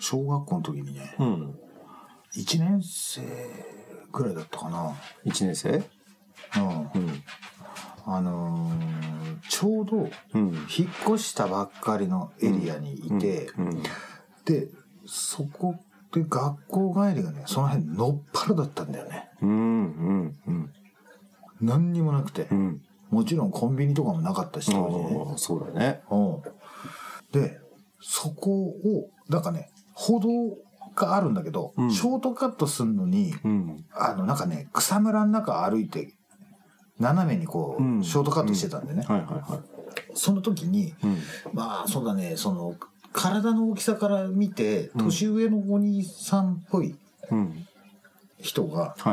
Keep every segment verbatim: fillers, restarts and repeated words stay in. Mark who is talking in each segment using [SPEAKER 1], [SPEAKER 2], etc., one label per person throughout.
[SPEAKER 1] 小学校の時にね、うん、いちねん生ぐらいだったかな。
[SPEAKER 2] いちねん生？うん。うん、
[SPEAKER 1] あのー、ちょうど引っ越したばっかりのエリアにいて、うんうんうん、でそこで学校帰りがね、その辺のっぱらだったんだよね。うんうんうん。何にもなくて、うん、もちろんコンビニとかもなかったし、当時ね。
[SPEAKER 2] そうだね。
[SPEAKER 1] うん。で、そこをなんかね、歩道があるんだけど、うん、ショートカットするのに、うん、あのなんかね、草むらの中歩いて斜めにこう、うん、ショートカットしてたんでね。はいはいはい。その時に、うん、まあそうだね、その体の大きさから見て年上のお兄さんっぽい人が、うん、はい、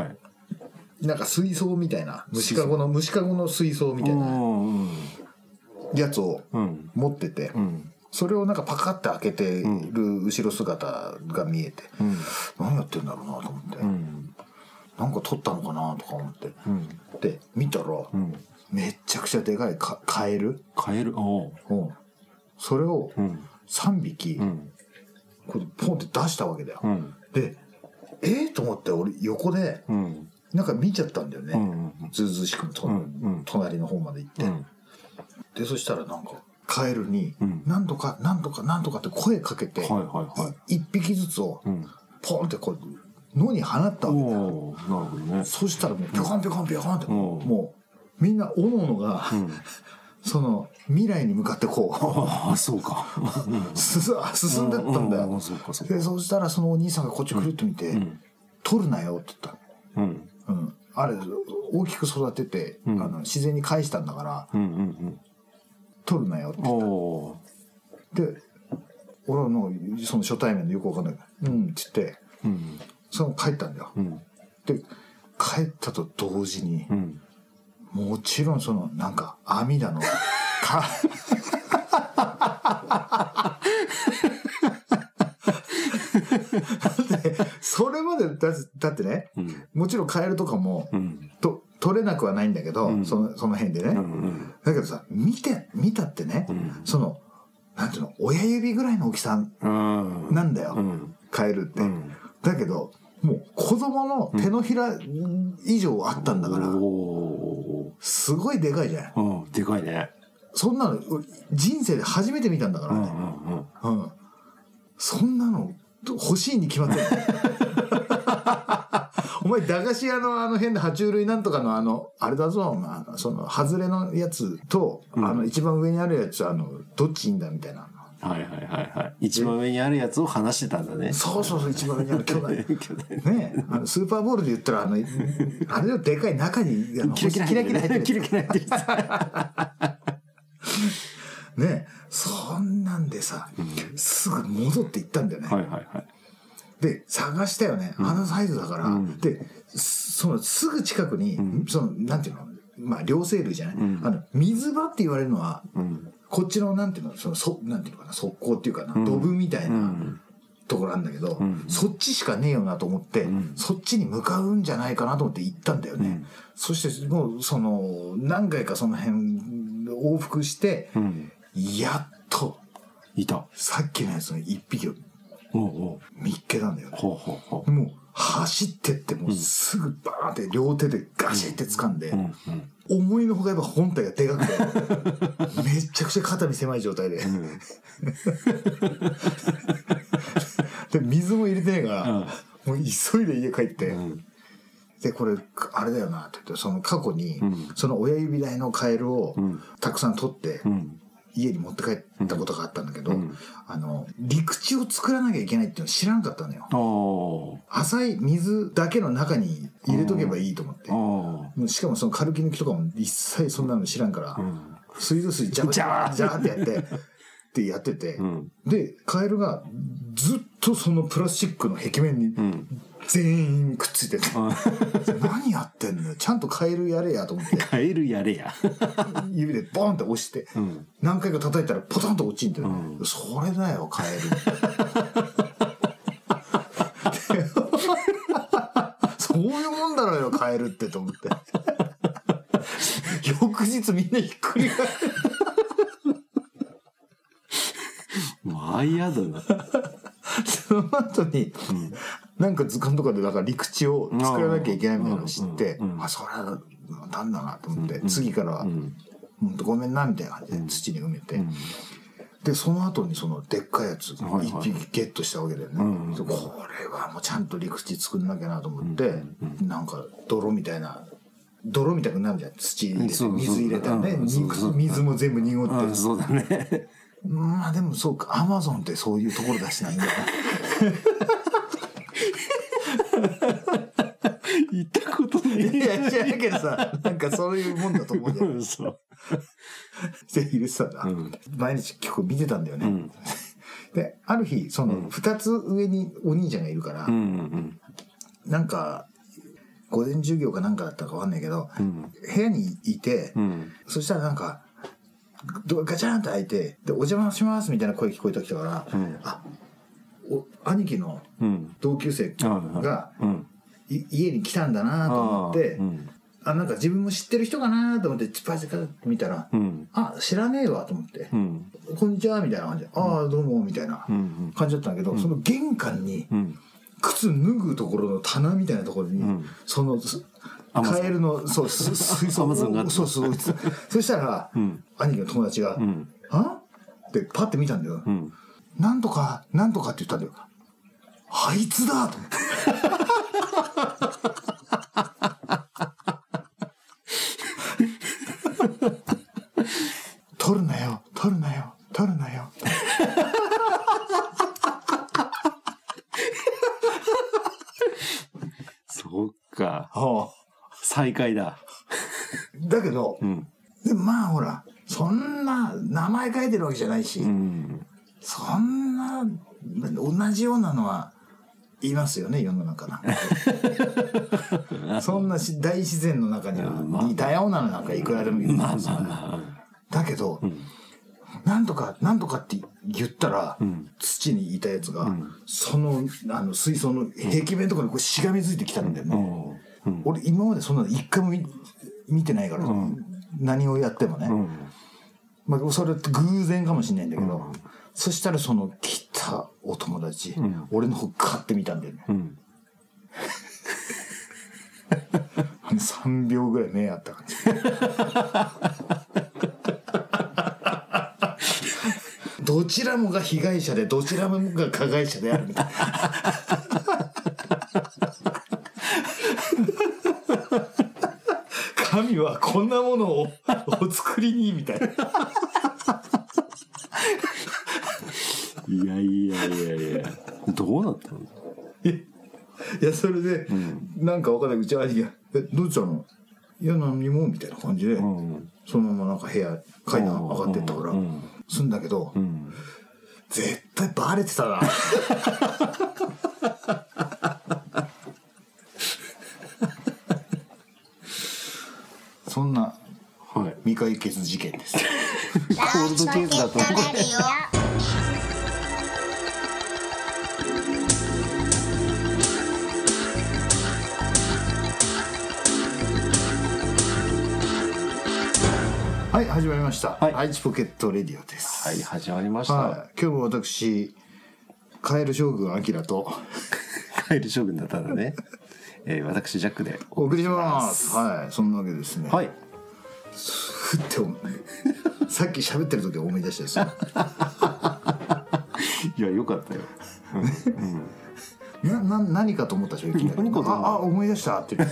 [SPEAKER 1] なんか水槽みたいな虫かごの虫かごの水槽みたいなやつを持ってて、うん、それをなんかパカッて開けてる後ろ姿が見えて、うん、何やってんだろうなと思って、うん、なんか撮ったのかなとか思って、うん、で見たら、うん、めっちゃくちゃでかいカエル
[SPEAKER 2] カエルお
[SPEAKER 1] うそれをさんびき、うん、こうポンって出したわけだよ、うん、でえー、と思って俺横で、うん、なんか見ちゃったんだよね、うんうんうん、ずうずうしくと、うんうん、隣の方まで行って、うん、でそしたらなんかカエルに、うん、なんとかなんとかなんとかって声かけて、はいはいはい、いっぴきずつをポンってこう野に放ったわけだよ。なるほどね。そしたらもうピョカンピョカンピョカンって、うん、もうみんなおのおのが、うん、その未来に向かってこう
[SPEAKER 2] ああそうか
[SPEAKER 1] 進んでったんだよ。そうかそうか。でそしたらそのお兄さんがこっち来るって見て、うん、取るなよって言った、うんうん、あれ大きく育てて、うん、あの自然に返したんだから、うんうんうん、取るなよって言ったで俺のその初対面のよくわかんないうんって言って、うん、その帰ったんだよ、うん、で帰ったと同時に、うん、もちろんそのなんか網だのかそれまで だ, だってね、うん、もちろんカエルとかも、うん、と取れなくはないんだけど、うん、そのその辺でね、うんうん、だけどさ見て見たってね、うん、そのなんていうの親指ぐらいの大きさなんだよ、うん、カエルって、うん、だけどもう子供の手のひら以上あったんだから、うん、すごいでかいじゃん、
[SPEAKER 2] うん、でかいね。
[SPEAKER 1] そんなの人生で初めて見たんだからね、うんうんうん、そんなの欲しいに決まってるお前駄菓子屋のあの変な爬虫類なんとかのあのあれだぞ、まあ、その外れのやつと、うん、あの一番上にあるやつあのどっちいいんだみたいな、
[SPEAKER 2] はいはいはいはい、一番上にあるやつを話してたんだね。
[SPEAKER 1] そうそうそう、一番上にある巨大巨大ね、あのスーパーボールで言ったらあのあれのでかい中にあの
[SPEAKER 2] キラキラキラキラ入ってる
[SPEAKER 1] キラキラ入ってるね、そんなんでさ、うん、すぐ戻って行ったんだよね。はいはいはい。で探したよね、うん、あのサイズだから、うん、でそのすぐ近くに、うん、そのなんていうの、まあ両生類じゃない、うん、あの水場って言われるのは、うん、こっちのなんていうの、そのそなんていうのかな、側溝っていうかな、うん、ドブみたいな、うん、ところなんだけど、うん、そっちしかねえよなと思って、うん、そっちに向かうんじゃないかなと思って行ったんだよね、うん、そしてもうその何回かその辺往復して、うん、やっと
[SPEAKER 2] いた
[SPEAKER 1] さっきのやつの一匹を見っけたんだよね。ほうほうほう。もう走ってってもうすぐバーンって両手でガシって掴んで、うんうんうん、思いのほかやっぱ本体がでかくてめちゃくちゃ肩身狭い状態で、うん、で水も入れてねえから、うん、もう急いで家帰って、うん、でこれあれだよなって言ってその過去に、うん、その親指大のカエルをたくさん取って、うん、家に持って帰ったことがあったんだけど、うん、あの陸地を作らなきゃいけないっていうの知らなかったのよ。浅い水だけの中に入れとけばいいと思って、しかもそのカルキ抜きとかも一切そんなの知らんから、うん、水道水ジャバジャージャーってやってってやってて、うん、でカエルがずっとそのプラスチックの壁面に全員くっついてて、うん、何やってんのよ、ちゃんとカエルやれやと思って
[SPEAKER 2] カエルやれや
[SPEAKER 1] 指でボンって押して、うん、何回か叩いたらポタンと落ちんだよね、うん、それだよカエルそういうもんだろうよカエルってと思って翌日みんなひっくり返る
[SPEAKER 2] もうあいやだな
[SPEAKER 1] その後に、うん、なんか図鑑とかでだから陸地を作らなきゃいけないみたいなのを知って、うんうんうん、あそれはなんだなと思って、うん、次からは、うん、ごめんなみたいな感じで土に埋めて、うん、でその後にそのでっかいやつ一匹ゲットしたわけだよね、はいはい、これはもうちゃんと陸地作んなきゃなと思って、うんうん、なんか泥みたいな泥みたくなるじゃん、土入れて水入れたらね、水も全部濁ってる。
[SPEAKER 2] そうだね。
[SPEAKER 1] まあでもそうか、アマゾンってそういうところだしなんだよ。
[SPEAKER 2] 行ったことない。
[SPEAKER 1] いや知らないけどさ、なんかそういうもんだと思うじゃん。そう。で入れてたんだ、うん、毎日結構見てたんだよね。うん、である日その二つ上にお兄ちゃんがいるから、うんうん、なんか。午前授業かなんかだったか分かんないけど、うん、部屋にいて、うん、そしたらなんかドアガチャンと開いてでお邪魔しますみたいな声聞こえてきたから、うん、あお兄貴の同級生が、うん、家に来たんだなと思って、うん、あなんか自分も知ってる人かなと思ってチパチパって見たら、うん、あ知らねえわと思って、うん、こんにちはみたいな感じで、うん、ああどうもみたいな感じだったんだけど、うん、その玄関に、うん靴脱ぐところの棚みたいなところに、うん、そのカエルのそう水槽をそうそうそしたら、うん、兄貴の友達が「うん、あってパッて見たんだよ、うん、なんとかなんとかって言ったんだよ。あいつだと思って取るなよ取るなよ取るなよ
[SPEAKER 2] そっか、はあ、再会だ。
[SPEAKER 1] だけど、うん、でまあほらそんな名前書いてるわけじゃないし、うん、そんな同じようなのはいますよね世の中なんかそんな大自然の中には似たようなのなんかいくらでもいるんですよ、だけど、うん、なんとかなんとかって言ったら、うん、土にいたやつが、うん、そのあの水槽の壁面とかにこうしがみついてきたんだよね、うんうん、俺今までそんなの一回も 見, 見てないから、うん、何をやってもね、うんまあ、それって偶然かもしれないんだけど、うん、そしたらその来たお友達、うん、俺の方ガッて見たんだよね、うんさんびょうぐらい目あった感じどちらもが被害者でどちらもが加害者であるみたいな神はこんなものをお作りにみたいない
[SPEAKER 2] やいやいやいやどうなったの？
[SPEAKER 1] いやそれで、うん、なんかわかんないうちは兄貴が「えどうしたの？いや何も」みたいな感じで、うん、そのままなんか部屋階段上がってったから、うん、すんだけど、うん、絶対バレてたなそんな未解決事件ですコ
[SPEAKER 2] ールドケースだと思う
[SPEAKER 1] はい始まりました、はい、愛知ポケットレディオです。
[SPEAKER 2] はい始まりました、はい、
[SPEAKER 1] 今日も私カエル将軍アキラと
[SPEAKER 2] カエル将軍だったんだね、えー、私ジャックで
[SPEAKER 1] お送りしますはいそんなわけですね
[SPEAKER 2] はい
[SPEAKER 1] ふってさっき喋ってる時思い出したですよ
[SPEAKER 2] いやよかったよ、
[SPEAKER 1] うん、なな何かと思ったでしょ何かとああ思い出したって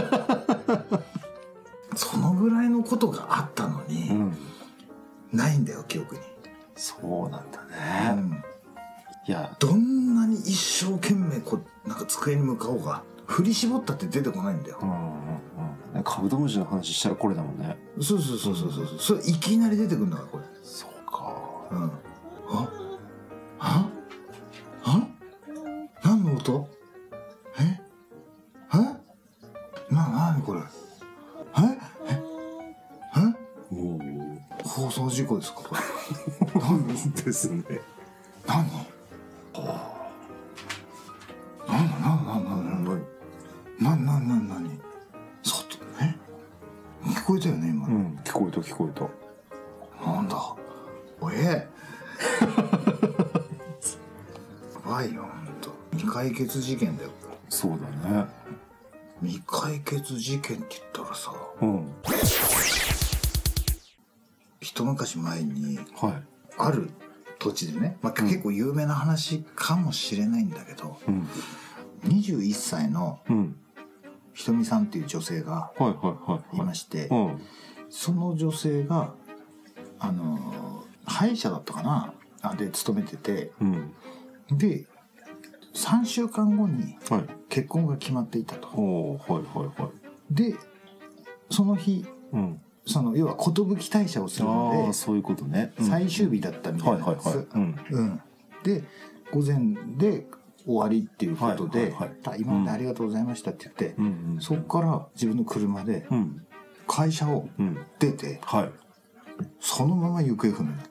[SPEAKER 1] そのぐらいのことがあったのに、うん、ないんだよ記憶に。
[SPEAKER 2] そうなんだね、うん、
[SPEAKER 1] いやどんなに一生懸命こうなんか机に向かおうが振り絞ったって出てこないんだよ、うんうん
[SPEAKER 2] うん、カブトムシの話したらこれだもんね。
[SPEAKER 1] そうそうそうそうそう、うん、それいきなり出てくるんだからこれ。
[SPEAKER 2] そうか
[SPEAKER 1] うんあああ何の音ええな、なにこれえええお放送事故ですかこれ
[SPEAKER 2] 何ですね
[SPEAKER 1] 何何何何何何何何何外え聞こえたよね今、うん、
[SPEAKER 2] 聞こえた聞こえた
[SPEAKER 1] なんだおえばいよほんと。未解決事件だよ。
[SPEAKER 2] そうだね。
[SPEAKER 1] 未解決事件って言ったらさ、
[SPEAKER 2] うん、
[SPEAKER 1] 一昔前に、
[SPEAKER 2] はい、
[SPEAKER 1] ある土地でね、まあ、結構有名な話かもしれないんだけど、うん、にじゅういっさいのひとみさんっていう女性がいまして、その女性があの歯医者だったかなで勤めてて、うん、でさんしゅうかんごに結婚が決まっていたと、はいはいはい、でその日、うん、その要は寿退社をするので、
[SPEAKER 2] そういうことね、
[SPEAKER 1] うん、最終日だったみたいなんです。で午前で終わりっていうことで、はいはいはい、今までありがとうございましたって言って、うん、そこから自分の車で会社を出て、うんはい、そのまま行方不明になって、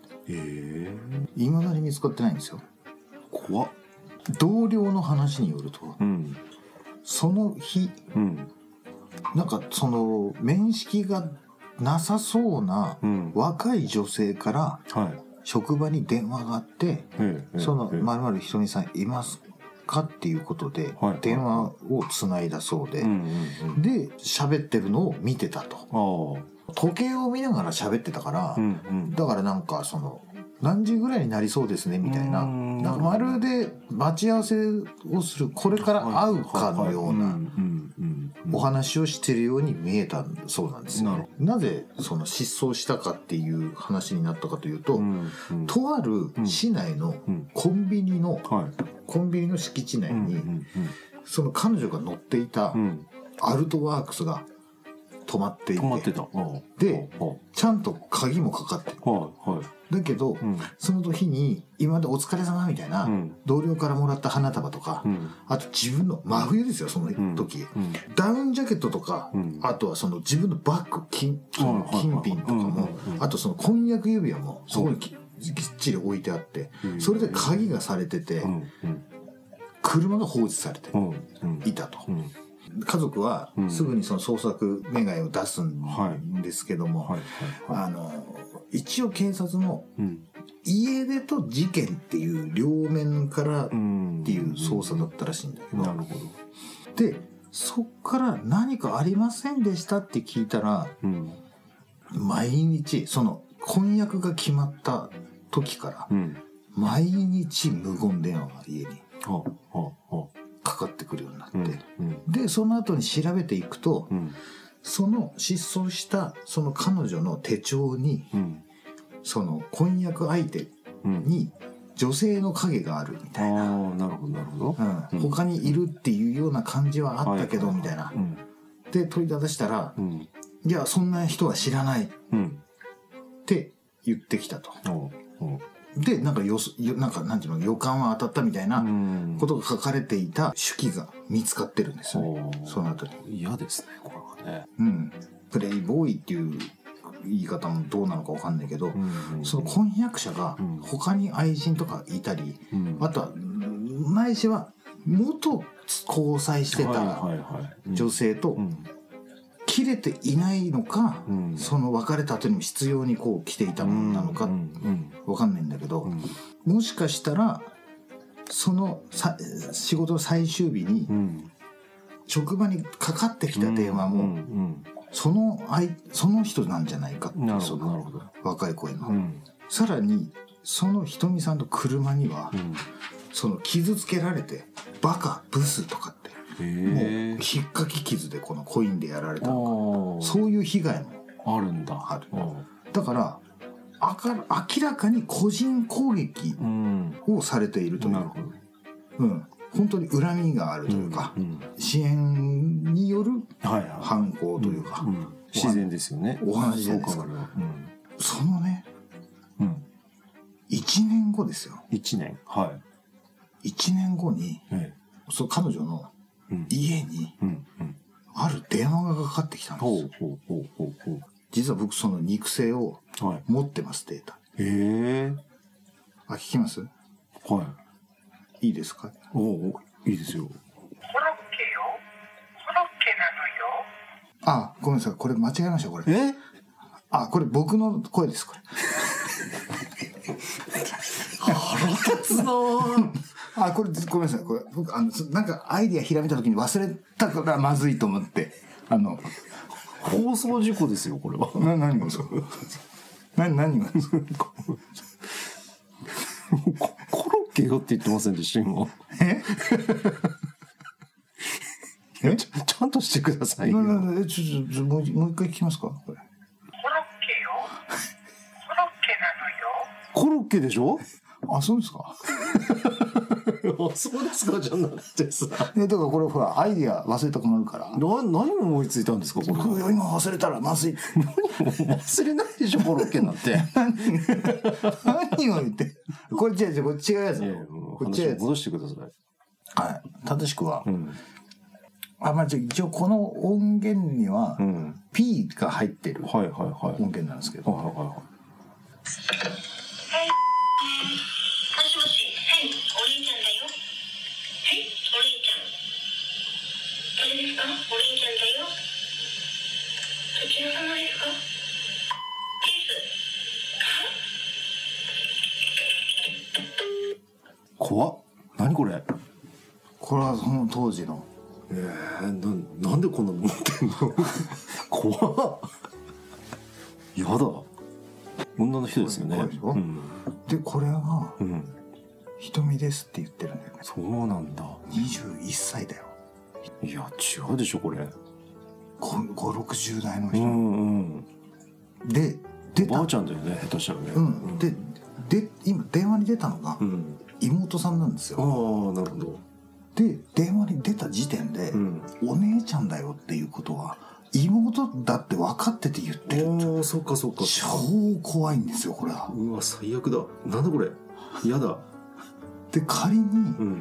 [SPEAKER 1] いまだに見つかってないんですよ。
[SPEAKER 2] 怖っ。
[SPEAKER 1] 同僚の話によると、うん、その日、うん、なんかその面識がなさそうな若い女性から職場に電話があって、うん、その〇〇ひとみさんいますかっていうことで電話をつないだそうで、で喋ってるのを見てたと。時計を見ながら喋ってたから、うんうん、だからなんかその何時ぐらいになりそうですねみたいな、なんかまるで待ち合わせをする、これから会うかのようなお話をしているように見えたそうなんですよ。なぜその失踪したかっていう話になったかというと、うんうん、とある市内のコンビニの、うんはい、コンビニの敷地内に、うんうんうん、その彼女が乗っていたアルトワークスが止まっていて、
[SPEAKER 2] 止まってた。
[SPEAKER 1] でちゃんと鍵もかかってる、はいはい、だけど、うん、その日に今までお疲れ様みたいな、うん、同僚からもらった花束とか、うん、あと自分の真冬ですよその時、うん、ダウンジャケットとか、うん、あとはその自分のバッグ金、その金品とかも、あとその婚約指輪もそこにきっちり置いてあって、それで鍵がされてて、車が放置されていたと。家族はすぐにその捜索願いを出すんですけども、あの一応警察も家出と事件っていう両面からっていう捜査だったらしいんだけど、なるほど。でそっから何かありませんでしたって聞いたら、うん、毎日その婚約が決まった時から、うん、毎日無言電話が家にかかってくるようになって、うんうん、でその後に調べていくと、うん、その失踪したその彼女の手帳に、うん、その婚約相手に女性の影があるみたいな、
[SPEAKER 2] うん、あ、なるほどなるほど、
[SPEAKER 1] うん、他にいるっていうような感じはあったけど、はい、みたいな、うん、で問いただしたら、うん、いやそんな人は知らない、うん、って言ってきたと、うんうん、でなんかよなんかなんていうの予感は当たったみたいなことが書かれていた手記が見つかってるんですよね、その後に。
[SPEAKER 2] 嫌ですねこれはね。
[SPEAKER 1] うん、プレイボーイっていう言い方もどうなのか分かんないけど、うんうんうん、その婚約者が他に愛人とかいたり、うん、あとはないしは元交際してた女性と切れていないのか、うん、その別れた後にも必要にこう来ていたものなのか分かんないんだけど、うん、もしかしたらそのさ仕事の最終日に職場にかかってきた電話も、うんうんうんその愛その人なんじゃないかっていう、その若い声の、うん、さらにそのひとみさんの車には、うん、その傷つけられてバカブスとかってもうひっかき傷でこのコインでやられたのか、そういう被害も
[SPEAKER 2] あるんだ。
[SPEAKER 1] ある。だからあか明らかに個人攻撃をされているという、うん、なるほど、うん、本当に恨みがあるというか、うんうん、支援による犯行というか、はいはいうんうん、
[SPEAKER 2] 自然ですよね。
[SPEAKER 1] お話じゃないですか。うん、そのね、うん、いちねんごですよ。
[SPEAKER 2] いちねん、はい。
[SPEAKER 1] いちねんごに、ええ、その彼女の家にある電話がかかってきたんですよ。ほうほうほうほう。実は僕その肉声を持ってます、データ。へえ。あ、聞きます？はい。いいですか？
[SPEAKER 2] おお、いいですよ。コロッケよ。コロッ
[SPEAKER 1] ケなのよ。あ、ごめんなさい。これ間違えました、これ。え？あ、これ僕の声です、これ。
[SPEAKER 2] あ腹立つな
[SPEAKER 1] あ、これごめんなさい。これ僕あのなんかアイディアひらめいた時に忘れたからまずいと思って、あの
[SPEAKER 2] 放送事故ですよこれは。
[SPEAKER 1] な何がですか。何何がですか。
[SPEAKER 2] コロッケよって言ってませんでした今。
[SPEAKER 1] え？え？
[SPEAKER 2] ちゃ、ちゃんとしてくださいよ。
[SPEAKER 1] なななちょちょもうもう一回聞きますかこれ。
[SPEAKER 3] コロッケよ。コロッケなのよ。
[SPEAKER 2] コロッケでしょ？
[SPEAKER 1] あ、そうですか。
[SPEAKER 2] あ、そうですかじゃなくてさ。
[SPEAKER 1] え、だからこれほらアイディア忘れたくなるから。
[SPEAKER 2] な、何を思いついたんですかこれ。
[SPEAKER 1] これ今忘れたらまずい。
[SPEAKER 2] 何も忘れないでしょコロッケなんて。
[SPEAKER 1] 何を言って。これ違う違うこれ違うやつ。
[SPEAKER 2] いやもう
[SPEAKER 1] これ違うやつ。
[SPEAKER 2] 話を戻してください。
[SPEAKER 1] はい。正しくは。
[SPEAKER 2] うん。
[SPEAKER 1] あ、まあ、一応この音源には、
[SPEAKER 2] うん、
[SPEAKER 1] P が入ってる
[SPEAKER 2] はいはいはい。
[SPEAKER 1] 音源なんですけど。
[SPEAKER 2] はいはいはい。
[SPEAKER 3] はい。もしもし。はい。お姉ちゃんだよ。はい。お姉ちゃん。誰ですか？お姉ちゃんだよ。どちら様ですか？です。
[SPEAKER 2] 怖っ。何これ。
[SPEAKER 1] これはその当時の。
[SPEAKER 2] えー、な, なんでこんなの持ってんの。怖っ。やだ。女の人ですよね。
[SPEAKER 1] でしょ、うん、でこれは、うん、瞳ですって言ってるんだよね。
[SPEAKER 2] そうなんだ。
[SPEAKER 1] にじゅういっさいだよ。
[SPEAKER 2] いや違うでしょこれ。
[SPEAKER 1] ご、ろくじゅう代の人。
[SPEAKER 2] うんうん。
[SPEAKER 1] で出た。
[SPEAKER 2] おばあちゃんだよね下手したらね。
[SPEAKER 1] うん。でで今電話に出たのが、うん、妹さんなんですよ。
[SPEAKER 2] ああなるほど。
[SPEAKER 1] で電話に出た時点で、うん、お姉ちゃんだよっていうことは妹だって分かってて言ってるって。
[SPEAKER 2] ああそっかそっか。
[SPEAKER 1] 超怖いんですよこれは。
[SPEAKER 2] うわ最悪だ。なんだこれ。やだ。
[SPEAKER 1] で仮に、うん、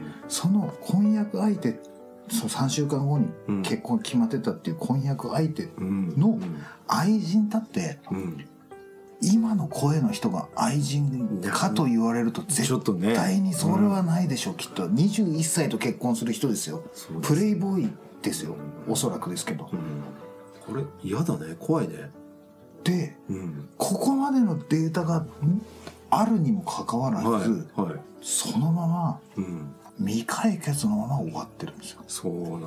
[SPEAKER 1] その婚約相手そのさんしゅうかんごに結婚決まってたっていう婚約相手の愛人だって、うんうん、今の声の人が愛人かと言われると絶対にそれはないでしょう、きっと。にじゅういっさいと結婚する人ですよ。プレイボーイですよ、おそらくですけど。
[SPEAKER 2] これ嫌だね、怖いね。
[SPEAKER 1] で、うん、ここまでのデータがあるにもかかわらず、はいはい、そのまま、うん、未解決のまま終わってるんですよ。
[SPEAKER 2] そうなんだ。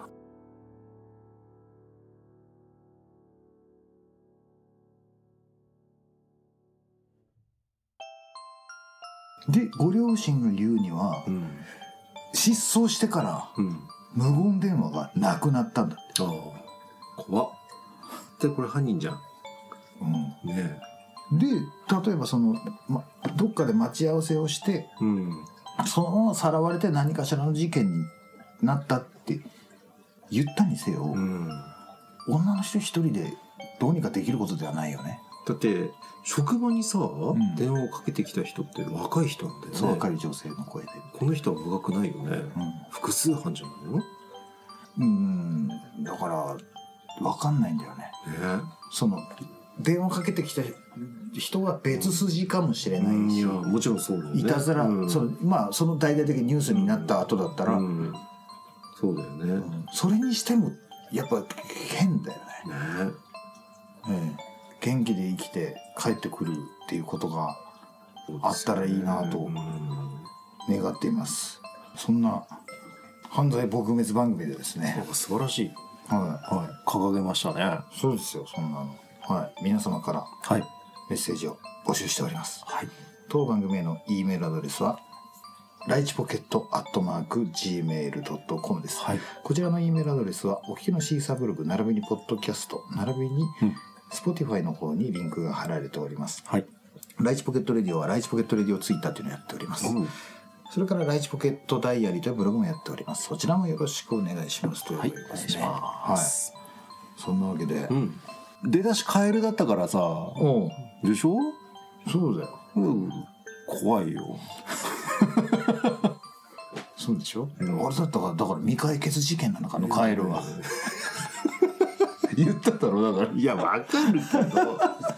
[SPEAKER 1] でご両親が言うには、うん、失踪してから、うん、無言電話がなくなったんだって。
[SPEAKER 2] ああ怖っ。でこれ犯人じゃん、うん、ね
[SPEAKER 1] え。で例えばその、ま、どっかで待ち合わせをして、うん、そのままさらわれて何かしらの事件になったって言ったにせよ、うん、女の人一人でどうにかできることではないよね。
[SPEAKER 2] だって職場にさ、うん、電話をかけてきた人って若い人なんだよね。
[SPEAKER 1] そう、若い女性の声で。
[SPEAKER 2] この人は若くないよね、うん、複数犯じゃないの。
[SPEAKER 1] うんだから分かんないんだよね。ね、その電話かけてきた人は別筋かもしれないし、うん、い
[SPEAKER 2] やもちろんそうだよね。
[SPEAKER 1] いたずら、うん、そのまあその大々的にニュースになった後だったら、うん、
[SPEAKER 2] そうだよね、うん、
[SPEAKER 1] それにしてもやっぱ変だよね。ねええ元気で生きて帰ってくるっていうことがあったらいいなと願っています。そんな犯罪撲滅番組でですね。
[SPEAKER 2] 素晴らしい。
[SPEAKER 1] はいはい。
[SPEAKER 2] 掲げましたね。
[SPEAKER 1] そうですよ、そんなの。はい。皆様からメッセージを募集しております。はい。当番組への E メールアドレスはライチポケットアットマーク ジーメールドットコム です。はい。こちらの E メールアドレスはお聞きのシーサーブログ並びにポッドキャスト並びに、うんSpotify の方にリンクが貼られております。はい。ライチポケットレディオはライチポケットレディオツイッターというのをやっております。うん、それからライチポケットダイアリーというブログもやっております。そちらもよろしくお願いしますということですね。はい、お願いします。はい。そんなわけで、うん、
[SPEAKER 2] 出だしカエルだったからさ、おうでしょ？
[SPEAKER 1] そうだよ。
[SPEAKER 2] うん。怖いよ。
[SPEAKER 1] そうでしょ？うん、あれだったからだから未解決事件なのかのカエルは。言っただろだから。
[SPEAKER 2] いやわかるけど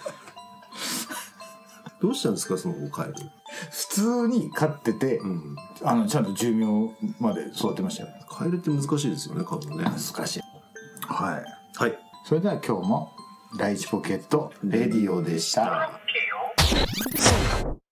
[SPEAKER 2] どうしたんですかそのカエル。
[SPEAKER 1] 普通に飼ってて、うん、あのちゃんと寿命まで育てましたよ。
[SPEAKER 2] カエルって難しいですよね飼うのね。
[SPEAKER 1] 難しい。はいはい。それでは今日もライチポケットレディオでした。